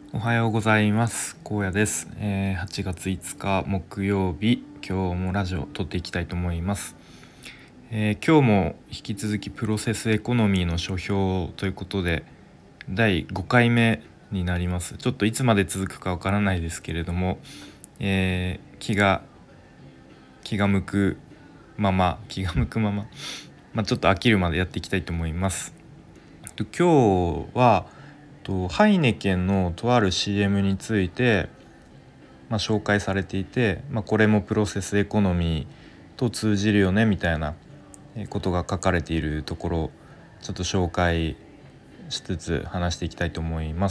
おはようございます。荒野です。8月5日木曜日、今日もラジオを撮っていきたいと思います。今日も引き続きプロセスエコノミーの書評ということで第5回目になります。ちょっといつまで続くかわからないですけれども、気が向くまま、ちょっと飽きるまでやっていきたいと思います。今日はハイネケンのとある CM について、紹介されていて、これもプロセスエコノミーと通じるよねみたいなことが書かれているところをちょっと紹介しつつ話していきたいと思います。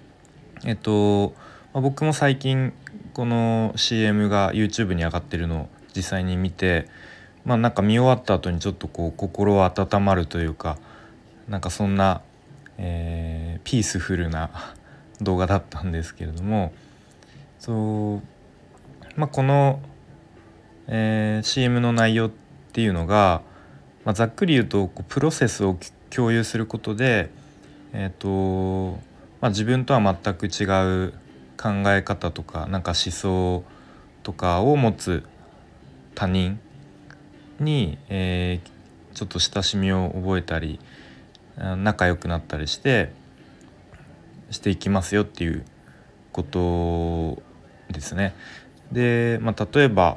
僕も最近この CM が YouTube に上がってるのを実際に見て、なんか見終わった後にちょっと心温まるというか、なんかそんな、ピースフルな動画だったんですけれども、この、CM の内容っていうのが、ざっくり言うとプロセスを共有することで、自分とは全く違う考え方とかなんか思想とかを持つ他人に、ちょっと親しみを覚えたり仲良くなったりしていきますよっていうことですね。で、例えば、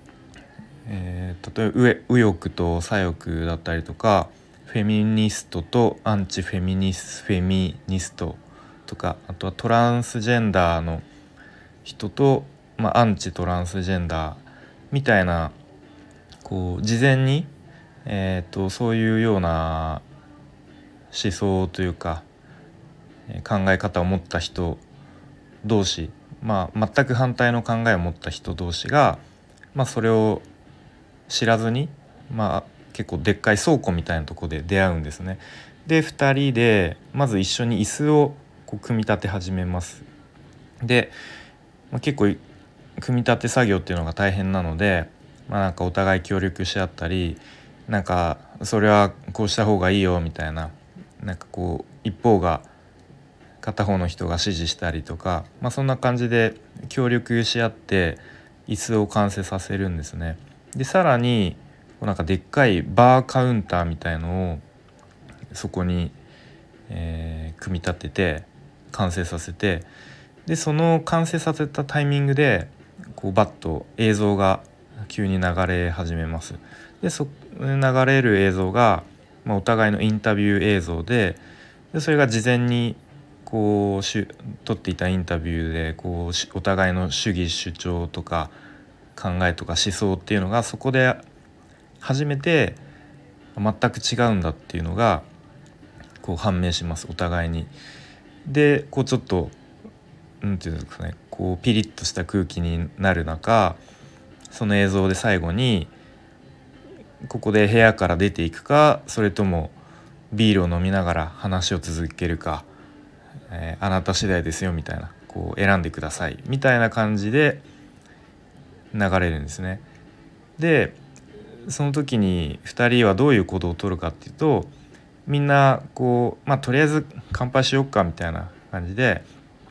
右翼と左翼だったりとか、フェミニストとアンチフェミニストとか、あとはトランスジェンダーの人と、アンチトランスジェンダーみたいな事前に、そういうような思想というか考え方を持った人同士、全く反対の考えを持った人同士が、それを知らずに、結構でっかい倉庫みたいなところで出会うんですね。で2人でまず一緒に椅子を組み立て始めます。で、結構組み立て作業っていうのが大変なので、なんかお互い協力し合ったり、なんかそれはこうした方がいいよみたいな、なんか一方が片方の人が指示したりとか、そんな感じで協力し合って椅子を完成させるんですね。でさらになんかでっかいバーカウンターみたいのをそこに、組み立てて完成させて、でその完成させたタイミングでバッと映像が急に流れ始めます。で流れる映像が、お互いのインタビュー映像でそれが事前に撮っていたインタビューでお互いの主義主張とか考えとか思想っていうのがそこで初めて全く違うんだっていうのが判明します、お互いに。でちょっとなんていうんですかね、ピリッとした空気になる中、その映像で最後にここで部屋から出ていくか、それともビールを飲みながら話を続けるか、あなた次第ですよみたいな、選んでくださいみたいな感じで流れるんですね。でその時に2人はどういう行動をとるかっていうと、みんなとりあえず乾杯しよっかみたいな感じで、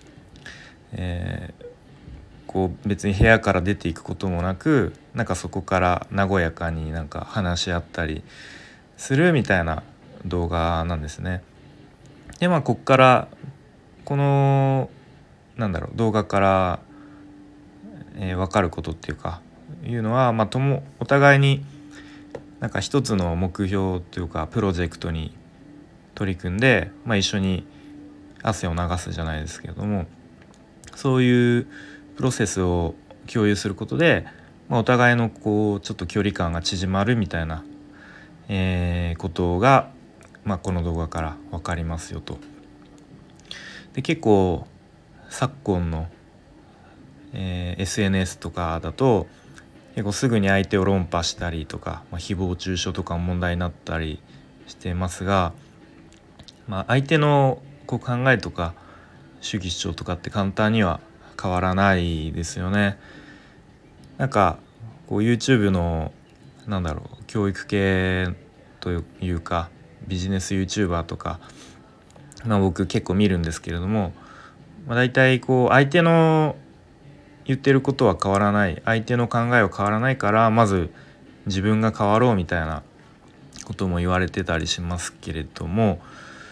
別に部屋から出ていくこともなく、なんかそこから和やかになんか話し合ったりするみたいな動画なんですね。でこっからこの動画から、分かることっていうのは、お互いになんか一つの目標というかプロジェクトに取り組んで、一緒に汗を流すじゃないですけれども、そういうプロセスを共有することで、お互いのちょっと距離感が縮まるみたいな、ことが、この動画から分かりますよと。で結構昨今の、SNS とかだと結構すぐに相手を論破したりとか、誹謗中傷とかも問題になったりしてますが、相手の考えとか主義主張とかって簡単には変わらないですよね。なんかYouTube の教育系というかビジネス YouTuber とか、僕結構見るんですけれども、 大体こう相手の言ってることは変わらない、相手の考えは変わらないから、まず自分が変わろうみたいなことも言われてたりしますけれども、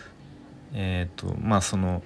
その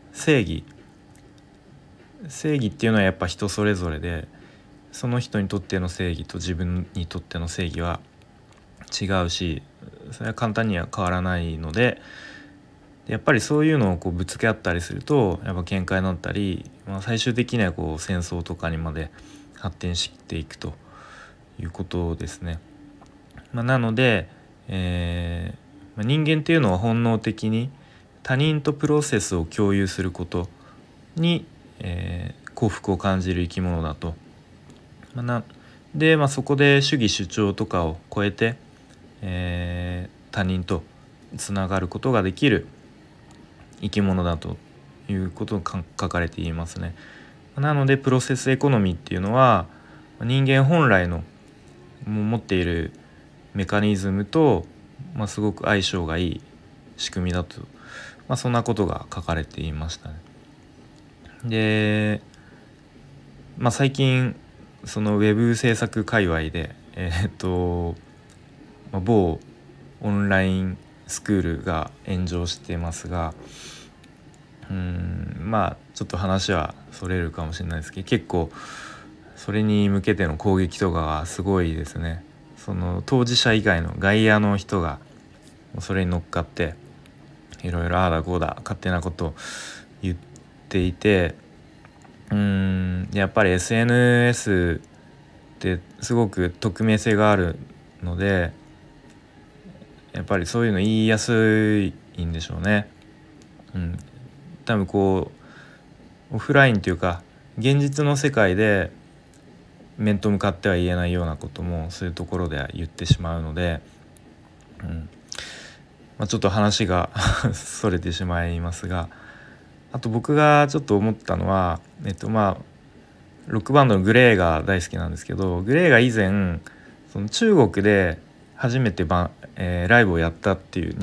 正義っていうのはやっぱ人それぞれで、その人にとっての正義と自分にとっての正義は違うし、それは簡単には変わらないので、やっぱりそういうのをこうぶつけ合ったりするとやっぱ喧嘩になったり、最終的にはこう戦争とかにまで発展していくということですね。なので、人間っていうのは本能的に他人とプロセスを共有することに、幸福を感じる生き物だと。そこで主義主張とかを超えて、他人とつながることができる生き物だということが書かれていますね。なのでプロセスエコノミーっていうのは人間本来の持っているメカニズムと、すごく相性がいい仕組みだと、そんなことが書かれていましたね。で、最近そのウェブ制作界隈で某オンラインスクールが炎上してますが、ちょっと話はそれるかもしれないですけど、結構それに向けての攻撃とかがすごいですね。その当事者以外の外野の人がそれに乗っかっていろいろああだこうだ勝手なことを言っていて、やっぱり SNS ってすごく匿名性があるので、やっぱりそういうの言いやすいんでしょうね。多分こうオフラインというか現実の世界で面と向かっては言えないようなこともそういうところでは言ってしまうので、ちょっと話がそれてしまいますが、あと僕がちょっと思ったのは、ロックバンドのグレーが大好きなんですけど、グレーが以前その中国で初めてライブをやったっていう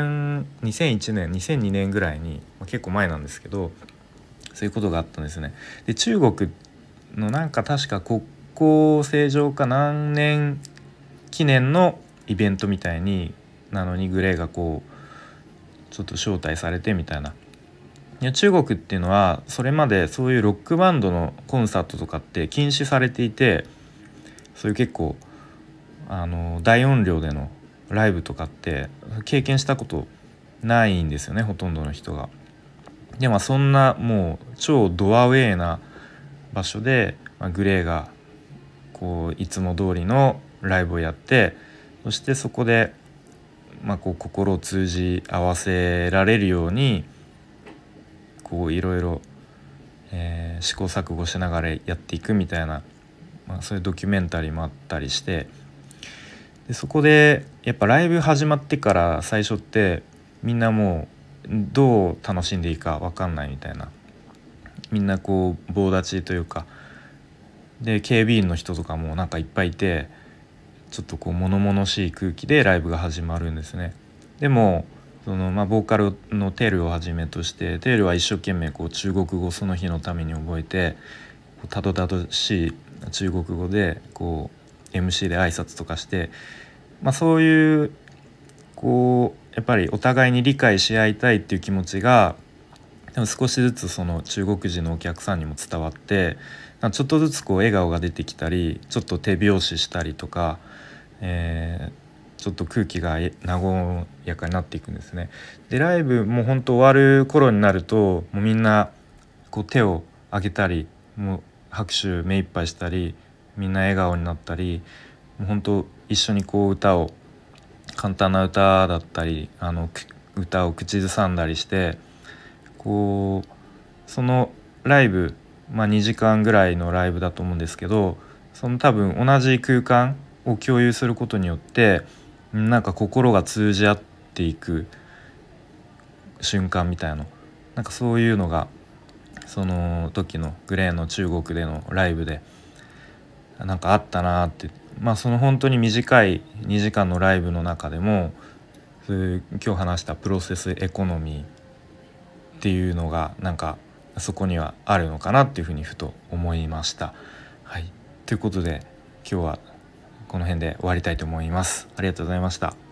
2001年2002年ぐらいに、結構前なんですけど、そういうことがあったんですね。で中国の確か国交正常化何年記念のイベントみたいになのにグレーがこうちょっと招待されてみたいな。いや中国っていうのはそれまでそういうロックバンドのコンサートとかって禁止されていて、そういう結構大音量でのライブとかって経験したことないんですよね、ほとんどの人が。でそんなもう超ドアウェイな場所で、グレーがこういつも通りのライブをやって、そしてそこで、こう心を通じ合わせられるようにこういろいろ試行錯誤しながらやっていくみたいな、そういうドキュメンタリーもあったりして、でそこでやっぱライブ始まってから最初ってみんなもうどう楽しんでいいか分かんないみたいな、みんなこう棒立ちというかで警備員の人とかもいっぱいいて、ちょっとこう物々しい空気でライブが始まるんですね。でもそのボーカルのテルをはじめとしてテルは一生懸命こう中国語その日のために覚えて、たどたどしい中国語でこう MC で挨拶とかして、そういうこうやっぱりお互いに理解し合いたいっていう気持ちがでも少しずつその中国人のお客さんにも伝わって、ちょっとずつこう笑顔が出てきたりちょっと手拍子したりとか、ちょっと空気が和やかになっていくんですね。でライブもう本当終わる頃になるともうみんなこう手を挙げたりもう拍手目いっぱいしたりみんな笑顔になったり、もう本当一緒にこう歌を簡単な歌だったり歌を口ずさんだりしてこうそのライブ、2時間ぐらいのライブだと思うんですけど、その多分同じ空間を共有することによって心が通じ合っていく瞬間みたいな、そういうのがその時のグレーの中国でのライブであったなって、その本当に短い2時間のライブの中でもそういう今日話したプロセスエコノミーっていうのがそこにはあるのかなっていうふうにふと思いました。はい、ということで今日はこの辺で終わりたいと思います。ありがとうございました。